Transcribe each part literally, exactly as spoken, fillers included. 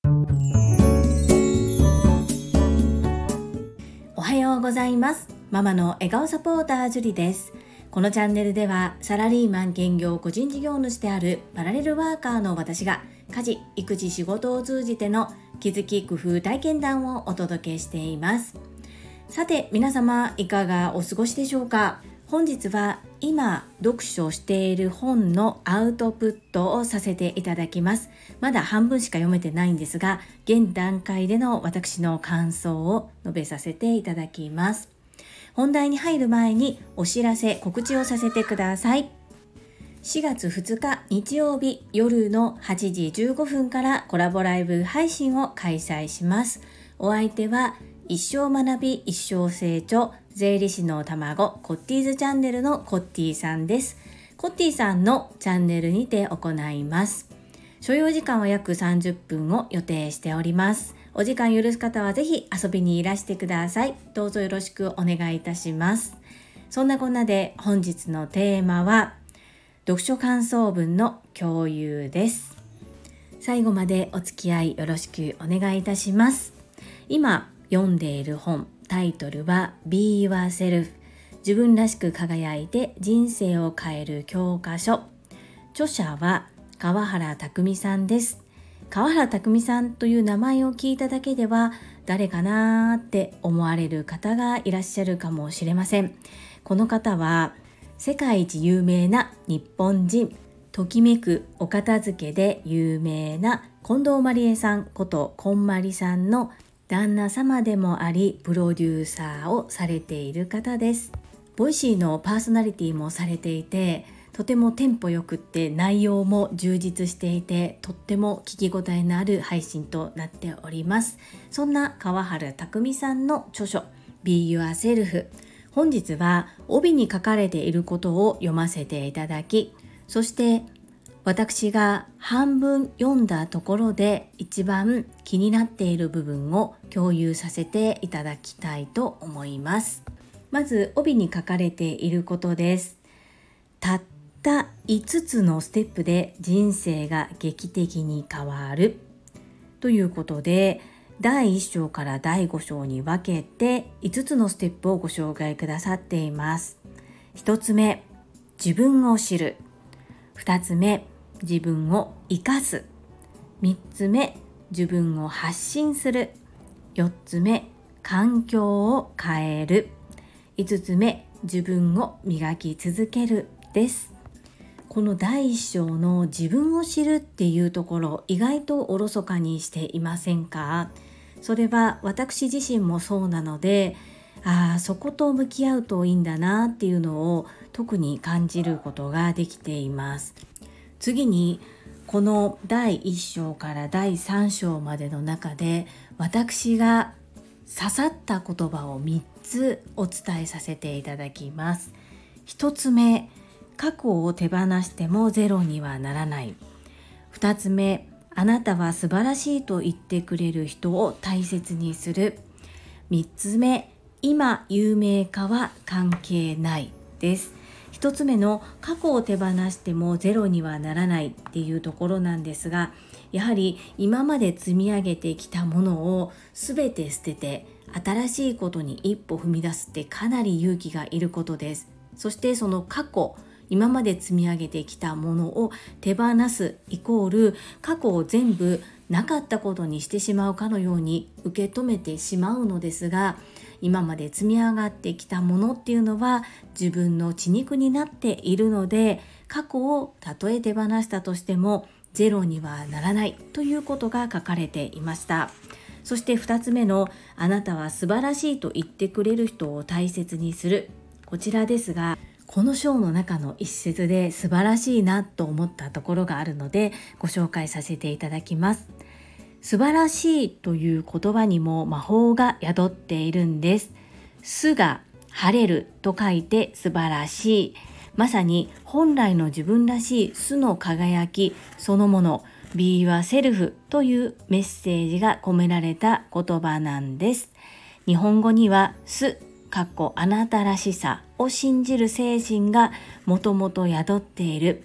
おはようございます。ママの笑顔サポータージュリです。このチャンネルではサラリーマン兼業個人事業主であるパラレルワーカーの私が家事、育児、仕事を通じての気づき、工夫、体験談をお届けしています。さて皆様いかがお過ごしでしょうか。本日は今読書している本のアウトプットをさせていただきます。まだ半分しか読めてないんですが、現段階での私の感想を述べさせていただきます。本題に入る前にお知らせ、告知をさせてください。しがつふつか日曜日夜のはちじじゅうごふんからコラボライブ配信を開催します。お相手は一生学び一生成長税理士の卵コッティーズチャンネルのコッティさんです。コッティさんのチャンネルにて行います。所要時間は約さんじゅっぷんを予定しております。お時間許す方はぜひ遊びにいらしてください。どうぞよろしくお願いいたします。そんなこんなで本日のテーマは読書感想文の共有です。最後までお付き合いよろしくお願いいたします。今読んでいる本、タイトルは Be Yourself 自分らしく輝いて人生を変える教科書。著者は川原拓さんです。川原拓さんという名前を聞いただけでは誰かなーって思われる方がいらっしゃるかもしれません。この方は世界一有名な日本人、ときめくお片付けで有名な近藤麻理恵さんことこんまりさんの旦那様でもありプロデューサーをされている方です。ボイシーのパーソナリティもされていて、とてもテンポよくって内容も充実していて、とっても聞き応えのある配信となっております。そんな川原拓さんの著書 Be Yourself、 本日は帯に書かれていることを読ませていただき、そして私が半分読んだところで一番気になっている部分を共有させていただきたいと思います。まず帯に書かれていることです。たったいつつのステップで人生が劇的に変わるということで、だいいっ章からだいご章に分けていつつのステップをご紹介くださっています。ひとつめ、自分を知る。ふたつめ、自分を生かす。みっつめ、自分を発信する。よっつめ、環境を変える。いつつめ、自分を磨き続けるです。このだいいっ章の自分を知るっていうところ、意外とおろそかにしていませんか？それは私自身もそうなので、ああ、そこと向き合うといいんだなっていうのを特に感じることができています。次にこのだいいっ章からだいさん章までの中で私が刺さった言葉をみっつお伝えさせていただきます。ひとつめ、過去を手放してもゼロにはならない。ふたつめ、あなたは素晴らしいと言ってくれる人を大切にする。みっつめ、今有名かは関係ないです。ひとつめの過去を手放してもゼロにはならないっていうところなんですが、やはり今まで積み上げてきたものを全て捨てて新しいことに一歩踏み出すってかなり勇気がいることです。そしてその過去、今まで積み上げてきたものを手放すイコール過去を全部なかったことにしてしまうかのように受け止めてしまうのですが、今まで積み上がってきたものっていうのは自分の血肉になっているので、過去をたとえ手放したとしてもゼロにはならないということが書かれていました。そしてふたつめのあなたは素晴らしいと言ってくれる人を大切にする、こちらですが、この章の中の一節で素晴らしいなと思ったところがあるのでご紹介させていただきます。素晴らしいという言葉にも魔法が宿っているんです。すが晴れると書いて素晴らしい。まさに本来の自分らしい素の輝きそのもの、Be Yourself というメッセージが込められた言葉なんです。日本語には素かっこあなたらしさを信じる精神がもともと宿っている。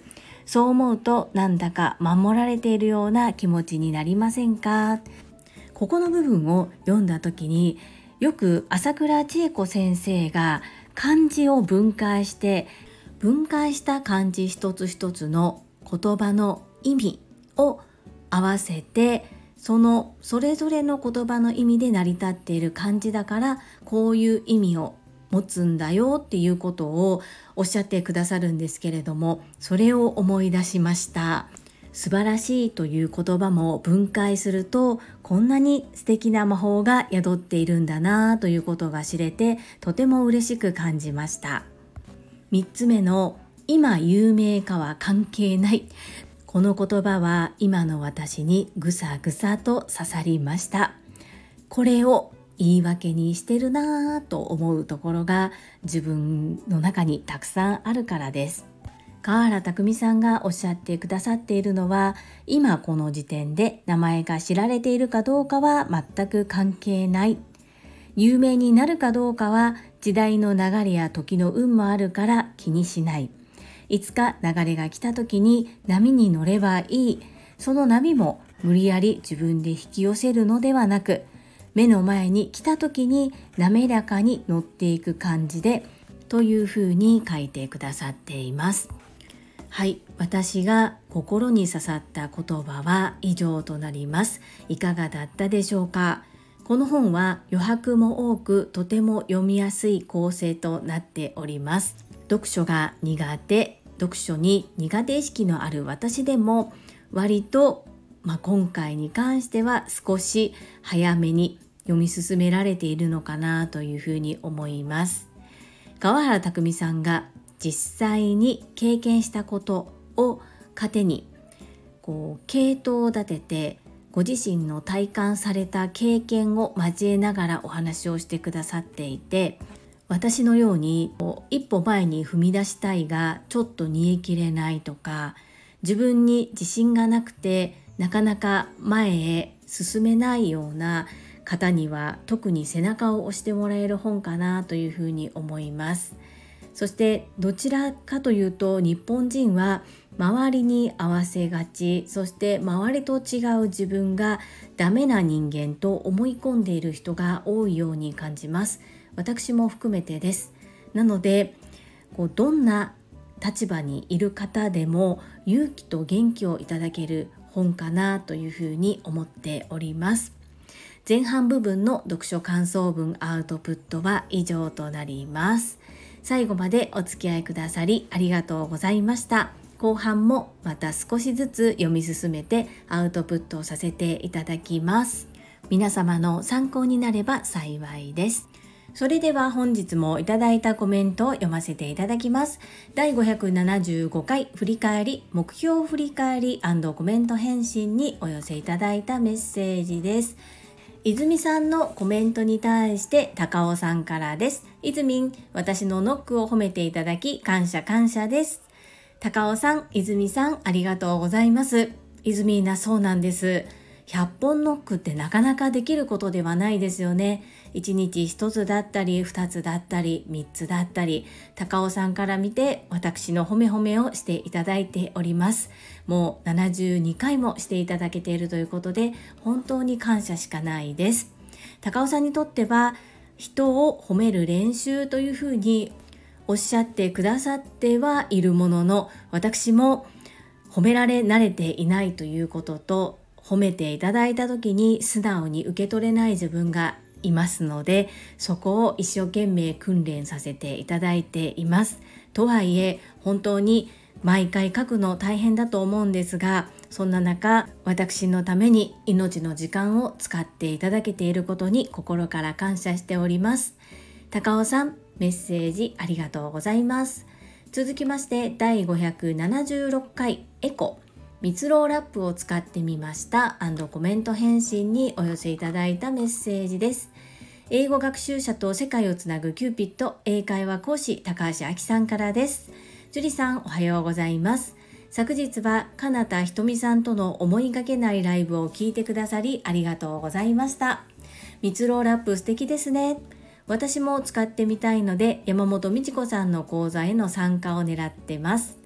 そう思うとなんだか守られているような気持ちになりませんか？ここの部分を読んだ時に、よく朝倉千恵子先生が漢字を分解して分解した漢字一つ一つの言葉の意味を合わせて、そのそれぞれの言葉の意味で成り立っている漢字だからこういう意味を持つんだよっていうことをおっしゃってくださるんですけれども、それを思い出しました。素晴らしいという言葉も分解するとこんなに素敵な魔法が宿っているんだなということが知れて、とても嬉しく感じました。みっつめの今有名かは関係ない、この言葉は今の私にぐさぐさと刺さりました。これを言い訳にしてるなぁと思うところが自分の中にたくさんあるからです。川原拓さんがおっしゃってくださっているのは、今この時点で名前が知られているかどうかは全く関係ない。有名になるかどうかは時代の流れや時の運もあるから気にしない。いつか流れが来た時に波に乗ればいい。その波も無理やり自分で引き寄せるのではなく、目の前に来た時に滑らかに乗っていく感じでというふうに書いてくださっています。はい、私が心に刺さった言葉は以上となります。いかがだったでしょうか？この本は余白も多くとても読みやすい構成となっております。読書が苦手、読書に苦手意識のある私でも割と、まあ、今回に関しては少し早めに読み進められているのかなというふうに思います。川原拓さんが実際に経験したことを糧にこう系統を立てて、ご自身の体感された経験を交えながらお話をしてくださっていて、私のようにこう一歩前に踏み出したいがちょっと煮え切れないとか、自分に自信がなくてなかなか前へ進めないような方には特に背中を押してもらえる本かなというふうに思います。そしてどちらかというと日本人は周りに合わせがち、そして周りと違う自分がダメな人間と思い込んでいる人が多いように感じます。私も含めてです。なのでこうどんな立場にいる方でも勇気と元気をいただける本かなというふうに思っております。前半部分の読書感想文アウトプットは以上となります。最後までお付き合いくださりありがとうございました。後半もまた少しずつ読み進めてアウトプットをさせていただきます。皆様の参考になれば幸いです。それでは本日もいただいたコメントを読ませていただきます。だいごひゃくななじゅうごかい振り返り目標振り返り&コメント返信にお寄せいただいたメッセージです。泉さんのコメントに対して高尾さんからです。泉、私のノックを褒めていただき感謝感謝です。高尾さん、泉さんありがとうございます。泉な、そうなんです。ひゃっぽんノックってなかなかできることではないですよね。いちにちひとつだったりふたつだったりみっつだったり、高尾さんから見て私の褒め褒めをしていただいております。もうななじゅうにかいもしていただけているということで本当に感謝しかないです。高尾さんにとっては人を褒める練習というふうにおっしゃってくださってはいるものの、私も褒められ慣れていないということと、褒めていただいた時に素直に受け取れない自分がいますので、そこを一生懸命訓練させていただいています。とはいえ本当に毎回書くの大変だと思うんですが、そんな中私のために命の時間を使っていただけていることに心から感謝しております。高尾さん、メッセージありがとうございます。続きましてだいごひゃくななじゅうろっかいエコ蜜ろうラップを使ってみました&コメント返信にお寄せいただいたメッセージです。英語学習者と世界をつなぐキューピット英会話講師高橋明さんからです。ジュリさん、おはようございます。昨日はかなたひとみさんとの思いがけないライブを聞いてくださりありがとうございました。蜜ろうラップ素敵ですね。私も使ってみたいので山本美智子さんの講座への参加を狙ってます。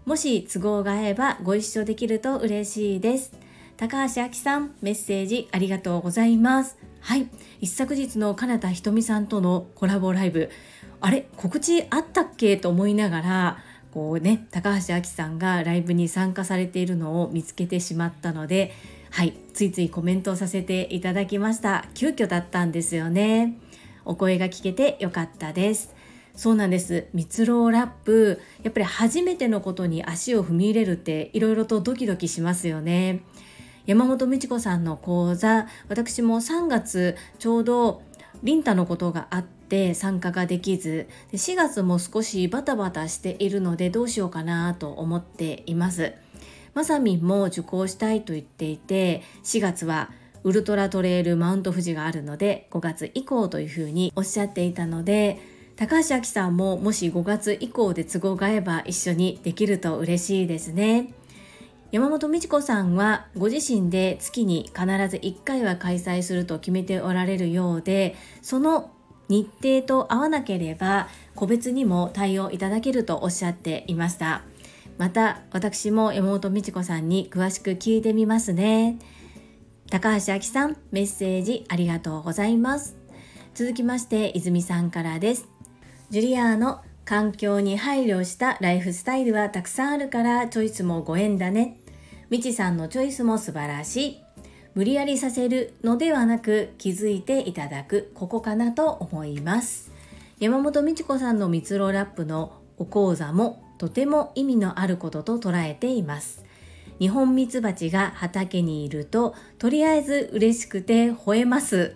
もし都合が合えばご一緒できると嬉しいです。高橋明さん、メッセージありがとうございます。はい、一昨日の金田ひとみさんとのコラボライブ、あれ告知あったっけと思いながらこうね、高橋明さんがライブに参加されているのを見つけてしまったので、はい、ついついコメントさせていただきました。急遽だったんですよね。お声が聞けてよかったです。そうなんです。蜜ろうラップ、やっぱり初めてのことに足を踏み入れるっていろいろとドキドキしますよね。山本美智子さんの講座、私もさんがつちょうどリンタのことがあって参加ができず、しがつも少しバタバタしているのでどうしようかなと思っています。まさみんも受講したいと言っていて、しがつはウルトラトレイルマウント富士があるのでごがつ以降というふうにおっしゃっていたので、高橋明さんももしごがつ以降で都合が合えば一緒にできると嬉しいですね。山本美智子さんはご自身で月に必ずいっかいは開催すると決めておられるようで、その日程と合わなければ個別にも対応いただけるとおっしゃっていました。また私も山本美智子さんに詳しく聞いてみますね。高橋明さん、メッセージありがとうございます。続きまして泉さんからです。ジュリアーノ、環境に配慮したライフスタイルはたくさんあるからチョイスもご縁だね。みちさんのチョイスも素晴らしい。無理やりさせるのではなく気づいていただく、ここかなと思います。山本美智子さんの蜜ろうラップのお講座もとても意味のあることと捉えています。ニホンミツバチが畑にいるととりあえず嬉しくて吠えます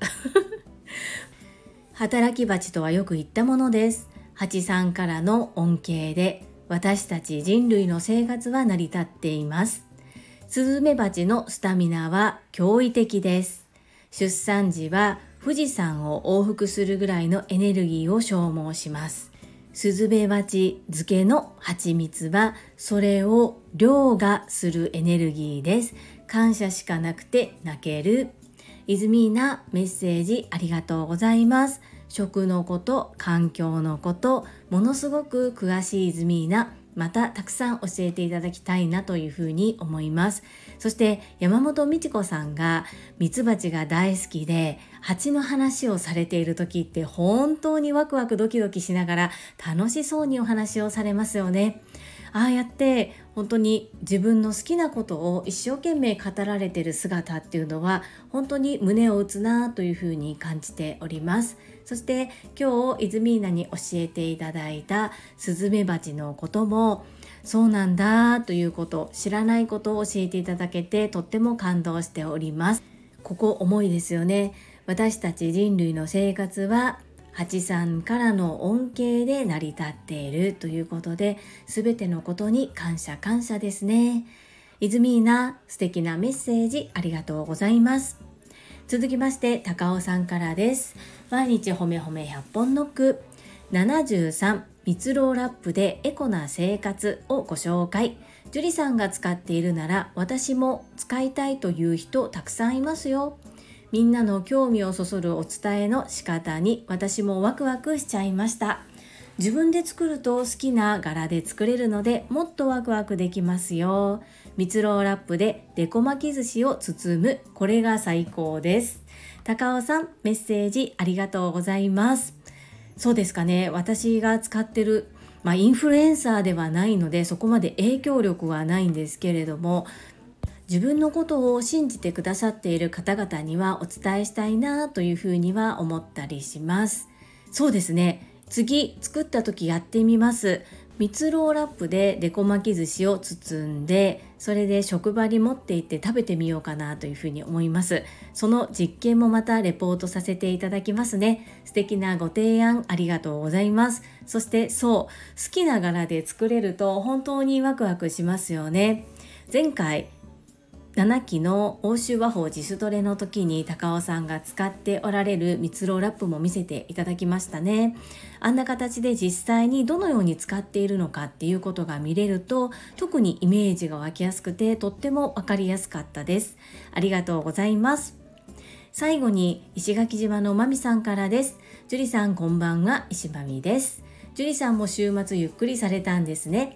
働き蜂とはよく言ったものです。蜂さんからの恩恵で私たち人類の生活は成り立っています。スズメバチのスタミナは驚異的です。出産時は富士山を往復するぐらいのエネルギーを消耗します。スズメバチ漬けの蜂蜜はそれを凌駕するエネルギーです。感謝しかなくて泣ける。イズミーナ、メッセージありがとうございます。食のこと、環境のこと、ものすごく詳しいイズミーナ、またたくさん教えていただきたいなというふうに思います。そして山本美智子さんがミツバチが大好きで蜂の話をされている時って本当にワクワクドキドキしながら楽しそうにお話をされますよね。ああやって本当に自分の好きなことを一生懸命語られている姿っていうのは本当に胸を打つなというふうに感じております。そして今日イズミーナに教えていただいたスズメバチのこともそうなんだということ、知らないことを教えていただけてとっても感動しております。ここ重いですよね。私たち人類の生活は蜂さんからの恩恵で成り立っているということで、すべてのことに感謝感謝ですね。イズミーナ、素敵なメッセージありがとうございます。続きまして高尾さんからです。毎日ほめほめひゃっぽんノックななじゅうさん、蜜ろうラップでエコな生活をご紹介。ジュリさんが使っているなら私も使いたいという人たくさんいますよ。みんなの興味をそそるお伝えの仕方に私もワクワクしちゃいました。自分で作ると好きな柄で作れるのでもっとワクワクできますよ。蜜ろうラップでデコ巻き寿司を包む、これが最高です。高尾さん、メッセージありがとうございます。そうですかね、私が使ってる、まあ、インフルエンサーではないのでそこまで影響力はないんですけれども、自分のことを信じてくださっている方々にはお伝えしたいなというふうには思ったりします。そうですね、次作った時やってみます。蜜ろうラップでデコ巻き寿司を包んで、それで職場に持って行って食べてみようかなというふうに思います。その実験もまたレポートさせていただきますね。素敵なご提案ありがとうございます。そしてそう、好きな柄で作れると本当にワクワクしますよね。前回ななきの欧州和法自主トレの時に高尾さんが使っておられる蜜ろうラップも見せていただきましたね。あんな形で実際にどのように使っているのかっていうことが見れると特にイメージが湧きやすくてとってもわかりやすかったです。ありがとうございます。最後に石垣島のまみさんからです。ジュリさんこんばんは、石まみです。ジュリさんも週末ゆっくりされたんですね。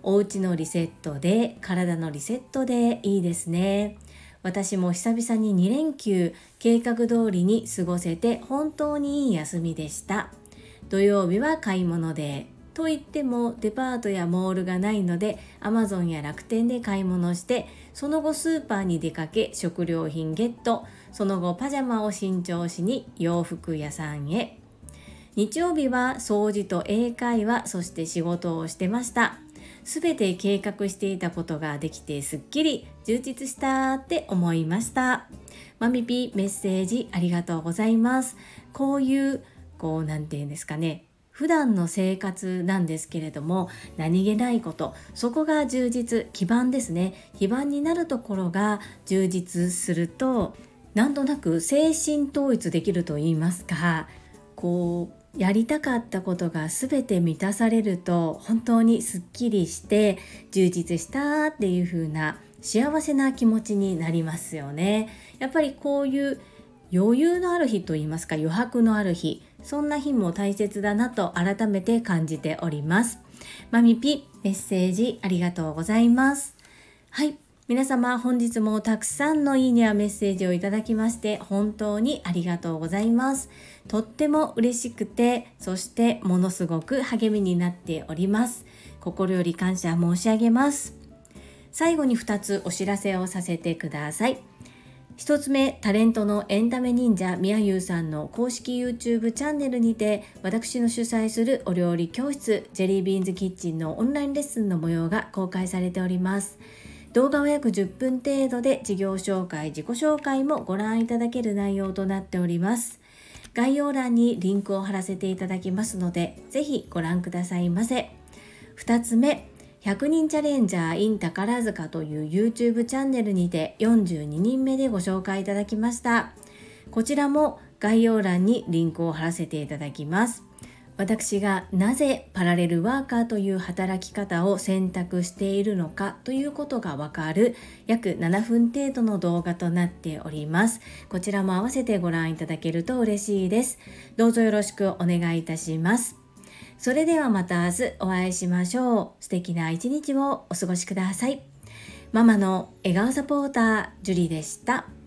お家のリセットで、体のリセットでいいですね。私も久々にに連休計画通りに過ごせて本当にいい休みでした。土曜日は買い物デー。といってもデパートやモールがないので アマゾン や楽天で買い物して、その後スーパーに出かけ食料品ゲット、その後パジャマを新調しに洋服屋さんへ。日曜日は掃除と英会話、そして仕事をしてました。すべて計画していたことができてすっきり充実したって思いました。マミピメッセージありがとうございます。こういうこうなんていうんですかね、普段の生活なんですけれども、何気ないこと、そこが充実、基盤ですね。基盤になるところが充実すると、なんとなく精神統一できると言いますか、こうやりたかったことが全て満たされると、本当にすっきりして充実したっていう風な幸せな気持ちになりますよね。やっぱりこういう余裕のある日といいますか、余白のある日、そんな日も大切だなと改めて感じております。マミピメッセージありがとうございます。はい、皆様本日もたくさんのいいねやメッセージをいただきまして本当にありがとうございます。とっても嬉しくて、そしてものすごく励みになっております。心より感謝申し上げます。最後にふたつお知らせをさせてください。ひとつめ、タレントのエンタメ忍者みやゆうさんの公式 YouTube チャンネルにて、私の主催するお料理教室ジェリービーンズキッチンのオンラインレッスンの模様が公開されております。動画は約じゅっぷん程度で、事業紹介、自己紹介もご覧いただける内容となっております。概要欄にリンクを貼らせていただきますので、ぜひご覧くださいませ。ふたつめ、ひゃくにんチャレンジャー in 宝塚という YouTube チャンネルにてよんじゅうににんめでご紹介いただきました。こちらも概要欄にリンクを貼らせていただきます。私がなぜパラレルワーカーという働き方を選択しているのかということがわかる約ななふん程度の動画となっております。こちらも合わせてご覧いただけると嬉しいです。どうぞよろしくお願いいたします。それではまた明日お会いしましょう。素敵な一日をお過ごしください。ママの笑顔サポータージュリでした。